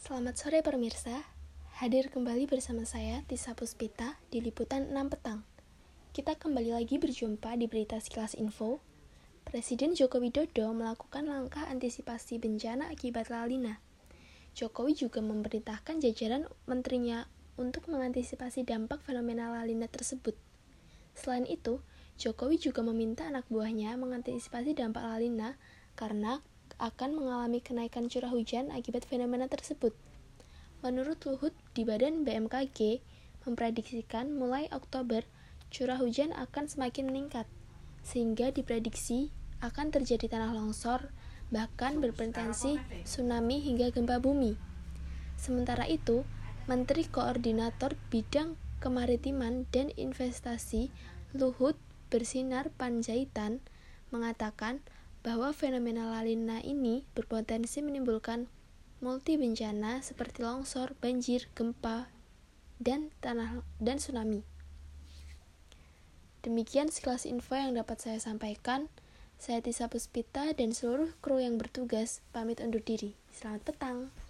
Selamat sore pemirsa, hadir kembali bersama saya Tisa Puspita di Liputan 6 Petang. Kita kembali lagi berjumpa di berita sekilas info. Presiden Joko Widodo melakukan langkah antisipasi bencana akibat La Nina. Jokowi juga memerintahkan jajaran menterinya untuk mengantisipasi dampak fenomena La Nina tersebut. Selain itu, Jokowi juga meminta anak buahnya mengantisipasi dampak La Nina karena akan mengalami kenaikan curah hujan akibat fenomena tersebut. Menurut Luhut di Badan BMKG, memprediksikan mulai Oktober curah hujan akan semakin meningkat, sehingga diprediksi akan terjadi tanah longsor, bahkan berpotensi tsunami hingga gempa bumi. Sementara itu, Menteri Koordinator Bidang Kemaritiman dan Investasi Luhut Bersinar Panjaitan mengatakan bahwa fenomena La Nina ini berpotensi menimbulkan multi bencana seperti longsor, banjir, gempa, dan tsunami. Demikian sekilas info yang dapat saya sampaikan. Saya Tisa Puspita dan seluruh kru yang bertugas pamit undur diri. Selamat petang.